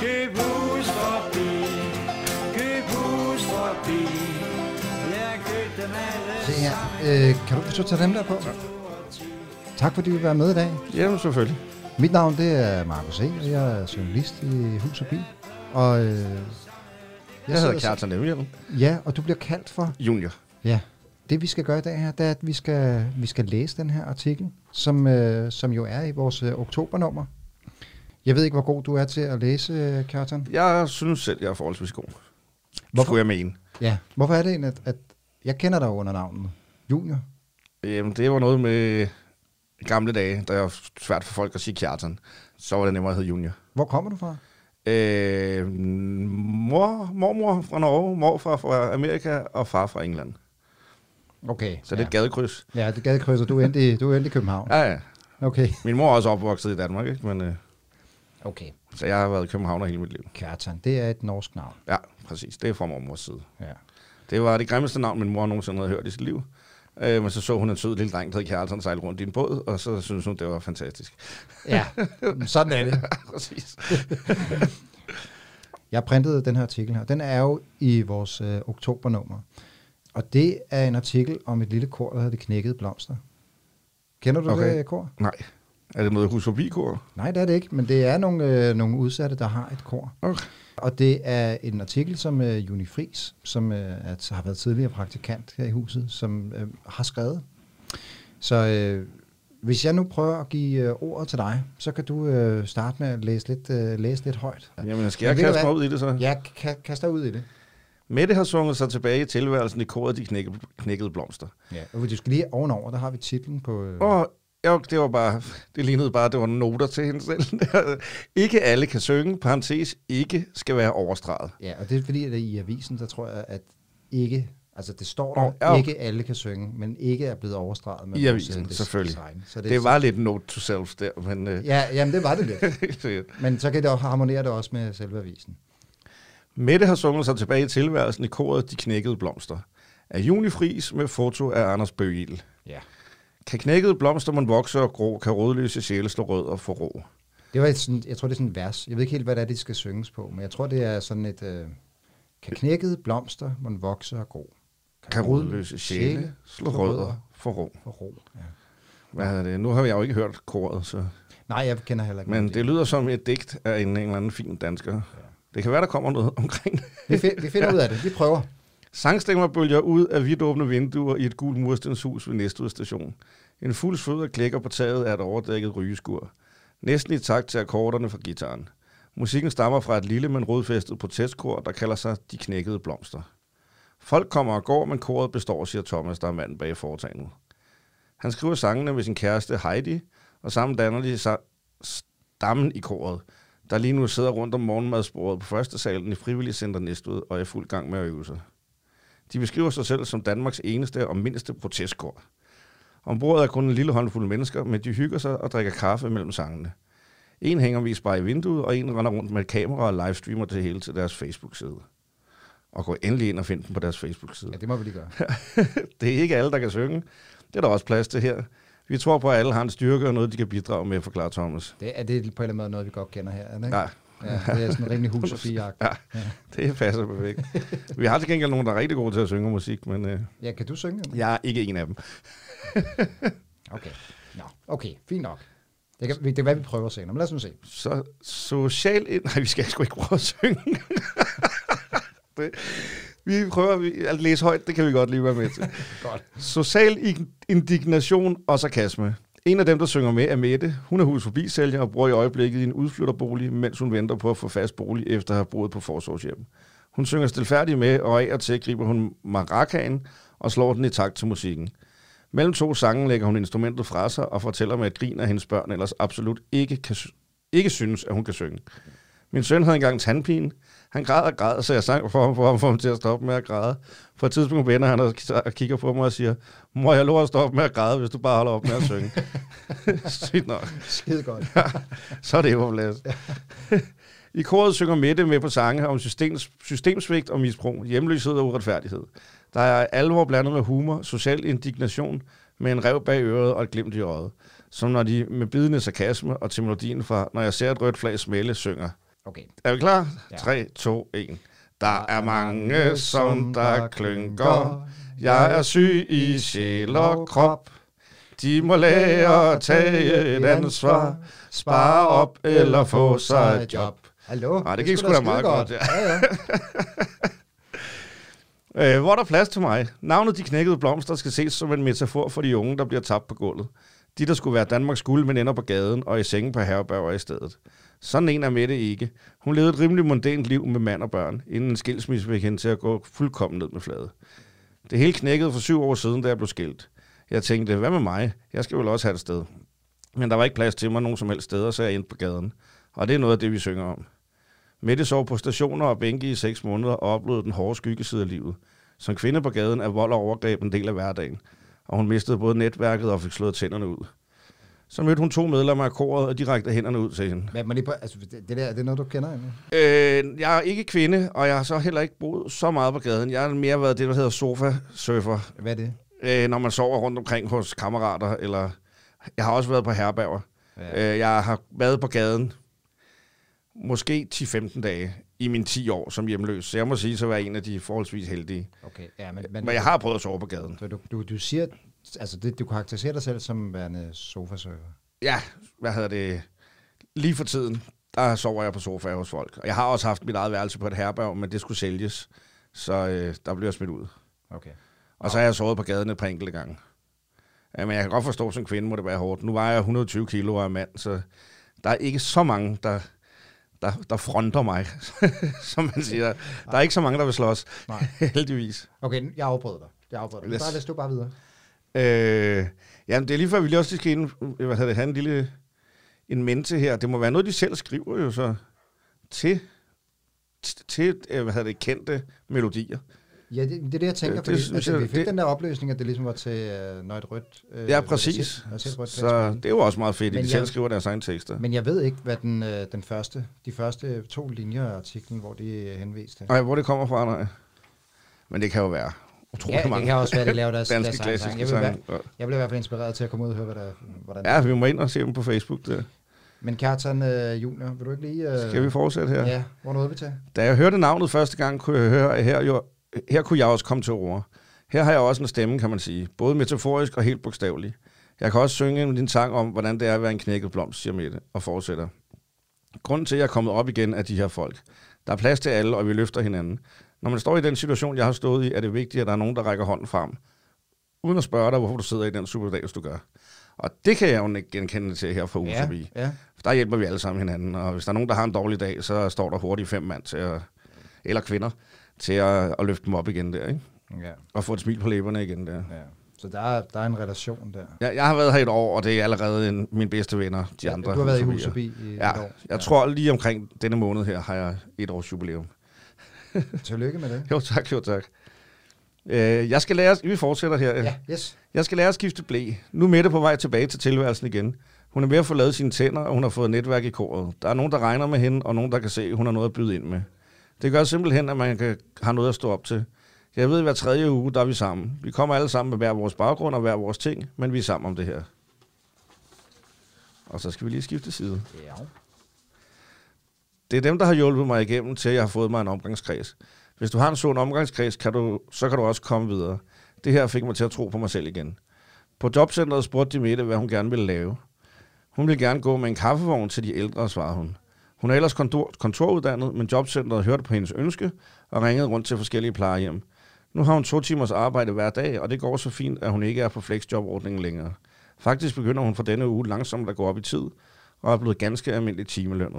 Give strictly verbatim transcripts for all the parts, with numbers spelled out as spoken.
køb hus forbi, køb hus forbi. Jeg købte dem alle. Se her, øh, kan du så tage dem der på? Ja. Tak fordi du vil være med i dag. Jamen selvfølgelig. Mit navn det er Markus E., og jeg er journalist i Hus og Bil. Og øh, jeg, jeg hedder Kjartan Emil. Ja, og du bliver kaldt for? Junior. Ja. Det vi skal gøre i dag her, det er, at vi skal, vi skal læse den her artikel, som, øh, som jo er i vores øh, oktobernummer. Jeg ved ikke, hvor god du er til at læse, øh, Kjartan. Jeg synes selv, jeg er forholdsvis god. Hvorfor? Skulle jeg mene. Ja. Hvorfor er det en, at, at jeg kender dig under navnet Junior? Jamen, det var noget med gamle dage, da jeg var svært for folk at sige Kjartan. Så var det nemmere at hedde Junior. Hvor kommer du fra? Øh, mor, mormor fra Norge, morfar fra Amerika og far fra England. Okay. Så det er ja. et gadekryds. Ja, det er gadekryds, og du er endt i, du er endt i København. Ja, ja. Okay. Min mor er også opvokset i Danmark, ikke? Men, øh, okay. Så jeg har været københavner hele mit liv. Kjartan, det er et norsk navn. Ja, præcis. Det er fra mormors side. Ja. Det var det grimmeste navn, min mor nogensinde havde hørt i sit liv. Øh, men så så hun en sød lille dreng, der hed Kjartan, sejle rundt i en båd, og så synes hun, det var fantastisk. Ja, sådan er det. Præcis. Jeg printede den her artikel her. Den er jo i vores øh, oktobernummer. Og det er en artikel om et lille kor, der hedder Det Knækkede Blomster. Kender du okay. det kor? Nej. Er det noget hus forbi kor? Nej, det er det ikke, men det er nogle, øh, nogle udsatte, der har et kor. Okay. Og det er en artikel, som øh, Juni Friis, som øh, er, har været tidligere praktikant her i huset, som øh, har skrevet. Så øh, hvis jeg nu prøver at give øh, ordet til dig, så kan du øh, starte med at læse lidt, øh, læse lidt højt. Jamen, skal jeg kaste mig ud i det så? Ja, ka- kaste dig ud i det. Mette har sunget sig tilbage i tilværelsen i koret De knækkede, knækkede Blomster. Ja, og du skal lige ovenover, der har vi titlen på... Øh... Og jo, det var bare, det lignede bare, det var noter til hende selv. Ikke alle kan synge, parentes, ikke skal være overstreget. Ja, og det er fordi, at i avisen, der tror jeg, at ikke... Altså, det står der, oh, ja. ikke alle kan synge, men ikke er blevet overstreget. Med I avisen, det, selvfølgelig. Så det, det var lidt note to self der, men... Uh... Ja, jamen, det var det lidt. Men så kan det harmonere det også med selve avisen. Mette har sunget sig tilbage i tilværelsen i koret De knækkede Blomster. Af Juni Friis med foto af Anders Bøgel. Ja. Kan knækkede blomster, man vokser og grå, kan rådløse sjæle slå rød og få ro. Det var et sådan, jeg tror, det er sådan et vers. Jeg ved ikke helt, hvad det er, de skal synges på, men jeg tror, det er sådan et... Øh, kan knækkede blomster, man vokser og grå. Kan, kan rådløse sjæle slå rød og få ro. For ro, ja. Hvad er det? Nu har jeg jo ikke hørt koret, så... Nej, jeg kender heller ikke. Men det lyder som et digt af en, en eller anden fin dansker. Ja. Det kan være, der kommer noget omkring det. Vi, find, vi finder ud af det. Vi prøver. Sangstemmer bølger ud af vidt åbne vinduer i et gult murstenshus ved Næstved station. En fuld fødder klikker på taget af et overdækket rygeskur. Næsten i takt til akkorderne fra gitaren. Musikken stammer fra et lille, men rodfæstet protestkor, der kalder sig De knækkede Blomster. Folk kommer og går, men koret består, siger Thomas, der er manden bag foretagendet. Han skriver sangene med sin kæreste Heidi, og sammen danner de stammen i koret, der lige nu sidder rundt om morgenmadsbordet på første salen i Frivillig Center Næstved og er i fuld gang med at øve sig. De beskriver sig selv som Danmarks eneste og mindste protestkor. Ombordet er kun en lille håndfuld mennesker, men de hygger sig og drikker kaffe mellem sangene. En hænger vist bare i vinduet, og en render rundt med et kamera og livestreamer det hele til deres Facebook-side. Og gå endelig ind og find dem på deres Facebook-side. Ja, det må vi lige gøre. Det er ikke alle, der kan synge. Det er der også plads til her. Vi tror på, at alle har en styrke og noget, de kan bidrage med, forklarer Thomas. Det er det på en eller anden måde noget, vi godt kender her, er det ikke? Ja. Ja, det er sådan en rimelig hus og fire-jagt. Ja, ja, det passer perfekt. Vi har til gengæld nogen, der er rigtig gode til at synge musik, men... Øh, ja, kan du synge? Jeg er ikke en af dem. Okay. Nå, okay, fint nok. Det kan, det kan være, vi prøver senere, men lad os nu se. Så social... Ind... Nej, vi skal sgu ikke prøve at synge. det, vi prøver at læse højt, det kan vi godt lige være med til. Godt. Social indignation og sarkasme. En af dem, der synger med, er Mette. Hun er hus forbi sælger og bor i øjeblikket i en udflytterbolig, mens hun venter på at få fast bolig efter at have boet på forsorgshjem. Hun synger stilfærdigt med, og af og til griber hun marakaen og slår den i takt til musikken. Mellem to sange lægger hun instrumentet fra sig og fortæller med et grin, at hendes børn ellers absolut ikke, kan, ikke synes, at hun kan synge. Min søn havde engang tandpine. Han græd og græd, så jeg sang for ham, for ham, for ham til at stoppe med at græde. På et tidspunkt vender han og kigger på mig og siger, må jeg lov at stoppe med at græde, hvis du bare holder op med at synge. Sygt nok. Skide godt. Ja, så er det jo på plads. I koret synger Mette med på sange om systems, systemsvigt og misbrug, hjemløshed og uretfærdighed. Der er alvor blandet med humor, social indignation, med en rev bag øret og et glimt i øjet. Som når de med bidende sarkasme og til melodien fra Når jeg ser et rødt flag smelle synger. Okay. Er vi klar? Ja. tre, to, et. Der er mange, som der klynker. Jeg er syg i sjæl og krop. De må lære at tage et ansvar. Spare op eller få sig et job. Hallo? Nej, det gik sgu da meget godt. Ja. Ja, ja. øh, hvor er der plads til mig? Navnet De Knækkede Blomster skal ses som en metafor for de unge, der bliver tabt på gulvet. De, der skulle være Danmarks guld, men ender på gaden og i sengen på herberger i stedet. Sådan en er Mette ikke. Hun levede et rimelig mondænt liv med mand og børn, inden en skilsmisse fik hende til at gå fuldkommen ned med flade. Det hele knækkede for syv år siden, da jeg blev skilt. Jeg tænkte, hvad med mig? Jeg skal vel også have et sted. Men der var ikke plads til mig nogen som helst steder, så jeg endte på gaden. Og det er noget af det, vi synger om. Mette sov på stationer og bænke i seks måneder og oplevede den hårde skyggeside af livet. Som kvinde på gaden er vold og overgreb en del af hverdagen. Og hun mistede både netværket og fik slået tænderne ud. Så mødte hun to medlemmer af koret og direkte hænderne ud til hende. Men, men det, altså, det, det der, det er noget, du kender? Eller? Øh, jeg er ikke kvinde, og jeg har så heller ikke boet så meget på gaden. Jeg har mere været det, der hedder sofa-surfer. Hvad er det? Øh, når man sover rundt omkring hos kammerater, eller... Jeg har også været på herberger. Ja. Øh, jeg har været på gaden måske ti til femten dage i mine ti år som hjemløs. Så jeg må sige, så var jeg en af de forholdsvis heldige. Okay, ja, men, men, men jeg har prøvet at sove på gaden. Så du, du, du siger... Altså, det, du karakteriserer dig selv som værende sofa-surfer? Ja, hvad hedder det? Lige for tiden, der sover jeg på sofa hos folk. Og jeg har også haft mit eget værelse på et herberg, men det skulle sælges. Så øh, der bliver jeg smidt ud. Okay. Og så har jeg sovet på gaden et par enkelte gange. Ja, men jeg kan godt forstå, at som kvinde må det være hårdt. Nu vejer jeg et hundrede og tyve kilo og er mand, så der er ikke så mange, der, der, der fronter mig, som man siger. Der er ikke så mange, der vil slås. Nej. Heldigvis. Okay, jeg afbryder dig. Jeg afbryder dig. Yes. Bare læs du bare videre. Øh, jamen, det er lige før, vi lige også skal ind, hvad hedder det, have en lille en mente her. Det må være noget, de selv skriver jo så til, til hvad hedder det, kendte melodier. Ja, det, det er det, jeg tænker, fordi det, altså, jeg, vi fik det, den der opløsning, at det ligesom var til uh, når et rødt... Uh, ja, præcis. Rødt, selv, rødt, så det er jo også meget fedt, at de jeg, selv skriver deres egne tekster. Men jeg ved ikke, hvad den, uh, den første, de første to linjer af artiklen, hvor de er henvist til. Nej, hvor det kommer fra, nej. Men det kan jo være utrolig ja, mange. det kan også være, de laver deres, danske deres klassiske sang. Jeg, sang. Være, jeg bliver i hvert fald inspireret til at komme ud og høre, hvad der, hvordan ja, vi må ind og se dem på Facebook. Der. Men Kjartan uh, Junior, vil du ikke lige... Uh, Skal vi fortsætte her? Ja, hvor nåede vi til? Da jeg hørte navnet første gang, kunne jeg høre, at her, jo, her kunne jeg også komme til ord. Her har jeg også en stemme, kan man sige. Både metaforisk og helt bogstavelig. Jeg kan også synge en sang om, hvordan det er at være en knækket blomst, siger Mette, og fortsætter. Grunden til, at jeg er kommet op igen, er de her folk. Der er plads til alle, og vi løfter hinanden. Når man står i den situation, jeg har stået i, er det vigtigt, at der er nogen, der rækker hånden frem. Uden at spørge dig, hvorfor du sidder i den superdags, du gør. Og det kan jeg jo ikke genkende til her fra uge ja, forbi. Ja. Der hjælper vi alle sammen hinanden, og hvis der er nogen, der har en dårlig dag, så står der hurtigt fem mand til at, eller kvinder til at, at løfte dem op igen der, ikke? Ja. Og få et smil på læberne igen der. Ja. Så der er, der er en relation der. Jeg, jeg har været her et år, og det er allerede en, mine bedste venner, de ja, andre. Du har været i hus forbi i ja, et år. Jeg ja. tror lige omkring denne måned her, har jeg et års jubilæum. Tillykke med det. Jo tak, jo tak. Øh, jeg skal lære, vi fortsætter her. Ja, yes. Jeg skal lære at skifte blæ. Nu er Mette på vej tilbage til tilværelsen igen. Hun er ved at få lavet sine tænder, og hun har fået netværk i koret. Der er nogen, der regner med hende, og nogen, der kan se, at hun har noget at byde ind med. Det gør simpelthen, at man kan, har noget at stå op til. Jeg ved, at hver tredje uge, der er vi sammen. Vi kommer alle sammen med hver vores baggrund og hver vores ting, men vi er sammen om det her. Og så skal vi lige skifte side. Ja. Det er dem, der har hjulpet mig igennem til, at jeg har fået mig en omgangskreds. Hvis du har en sund omgangskreds, kan du, så kan du også komme videre. Det her fik mig til at tro på mig selv igen. På jobcentret spurgte de Mette, hvad hun gerne ville lave. Hun ville gerne gå med en kaffevogn til de ældre, svarede hun. Hun er ellers kontor, kontoruddannet, men jobcentret hørte på hendes ønske og ringede rundt til forskellige plejehjem. Nu har hun to timers arbejde hver dag, og det går så fint, at hun ikke er på flexjobordningen længere. Faktisk begynder hun for denne uge langsomt at gå op i tid, og er blevet ganske almindelig timelønnet.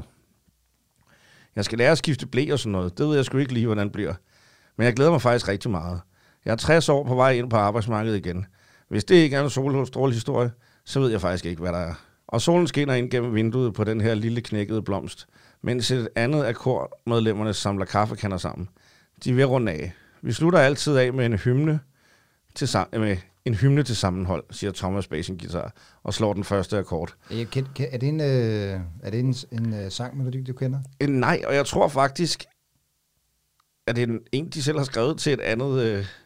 Jeg skal lære at skifte blæ og sådan noget. Det ved jeg sgu ikke lige, hvordan det bliver. Men jeg glæder mig faktisk rigtig meget. Jeg er tres år på vej ind på arbejdsmarkedet igen. Hvis det ikke er en solstrålehistorie, så ved jeg faktisk ikke, hvad der er. Og solen skinner ind gennem vinduet på den her lille knækkede blomst, mens et andet af kormedlemmerne samler kaffekander sammen. De er ved at runde af. Vi slutter altid af med en hymne til, med en hymne til sammenhold, siger Thomas bag sin guitar, og slår den første akkord. Er det en, øh, er det en, en uh, sangmelodi, du kender? En, nej, og jeg tror faktisk, at det er en, en, de selv har skrevet til et andet, øh,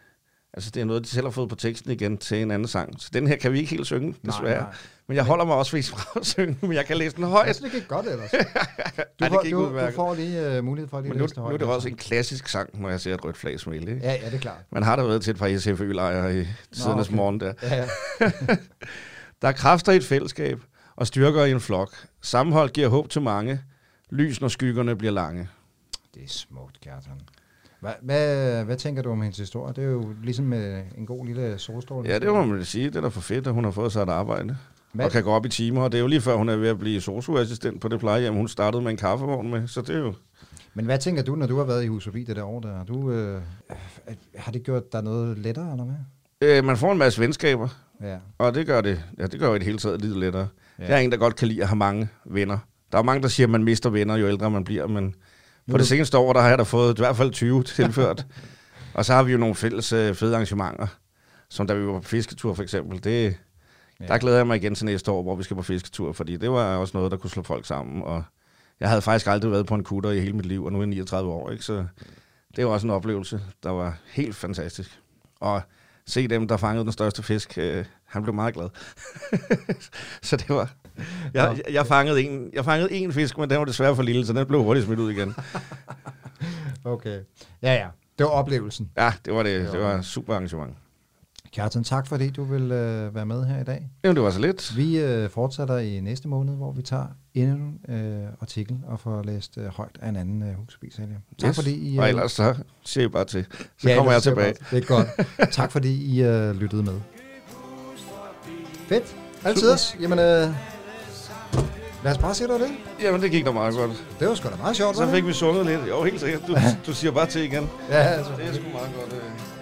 Altså, det er noget, de selv har fået på teksten igen til en anden sang. Så den her kan vi ikke helt synge, desværre. Nej, nej. Men jeg holder mig også vist fra at synge, men jeg kan læse den højt. Altså, det gik godt ellers. Du, Ej, det gik du, udmærket. du får lige uh, mulighed for at lige men læse nu, det højt. nu er det også en klassisk sang, når jeg ser et rødt flag smile, ikke? Ja, ja, det er klart. Man har da været til et par S F Ø-lejre i tidernes okay. morgen der. Ja, ja. Der er kræfter i et fællesskab, og styrker i en flok. Sammenhold giver håb til mange. Lys, når skyggerne bliver lange. Det er smukt, Kjartan. Hvad, hvad, hvad tænker du om hendes historie? Det er jo ligesom øh, en god lille solstråle. Ja, det må man sige. Det er da for fedt, at hun har fået sig et arbejde. Hvad? Og kan gå op i timer. Og det er jo lige før, hun er ved at blive sosu-assistent på det plejehjem, hun startede med en kaffevogn med. Så det er jo... Men hvad tænker du, når du har været i Hus Forbi det der år der? Du, øh, har det gjort dig noget lettere, eller hvad? Øh, man får en masse venskaber. Ja. Og det gør det, ja, det gør jo i det hele taget lidt lettere. Ja. Jeg er en, der godt kan lide at have mange venner. Der er mange, der siger, at man mister venner, jo ældre man bliver, men på det seneste år, der har jeg da fået i hvert fald tyve tilført. Og så har vi jo nogle fælles øh, fede arrangementer, som da vi var på fisketur for eksempel. Det, ja. Der glæder jeg mig igen til næste år, hvor vi skal på fisketur, fordi det var også noget, der kunne slå folk sammen. Og jeg havde faktisk aldrig været på en kutter i hele mit liv, og nu er jeg niogtredive år, ikke? Så det var også en oplevelse, der var helt fantastisk. Og se dem, der fangede den største fisk, øh, han blev meget glad. Så det var... Jeg, jeg, fangede en, jeg fangede en fisk, men den var desværre for lille, så den blev hurtigt smidt ud igen. Okay. Ja, ja. Det var oplevelsen. Ja, det var det. Det var et super arrangement. Kjartan, tak fordi du vil øh, være med her i dag. Jamen, det var så lidt. Vi øh, fortsætter i næste måned, hvor vi tager endnu en øh, artikel og får læst øh, højt af en anden øh, Hus Forbi-sælger. Tak Yes. fordi I... Øh, og ellers så siger I bare til. Så ja, kommer jeg tilbage. Bare. Det er godt. Tak fordi I øh, lyttede med. Fedt. Altid. Jamen, øh, lad os bare se, det var det. Jamen, det gik da meget godt. Det var sgu da meget sjovt, Så fik vi sunget lidt. Jo, helt sikkert. Du, du siger bare til igen. Ja, altså. Det er sgu meget godt. Øh.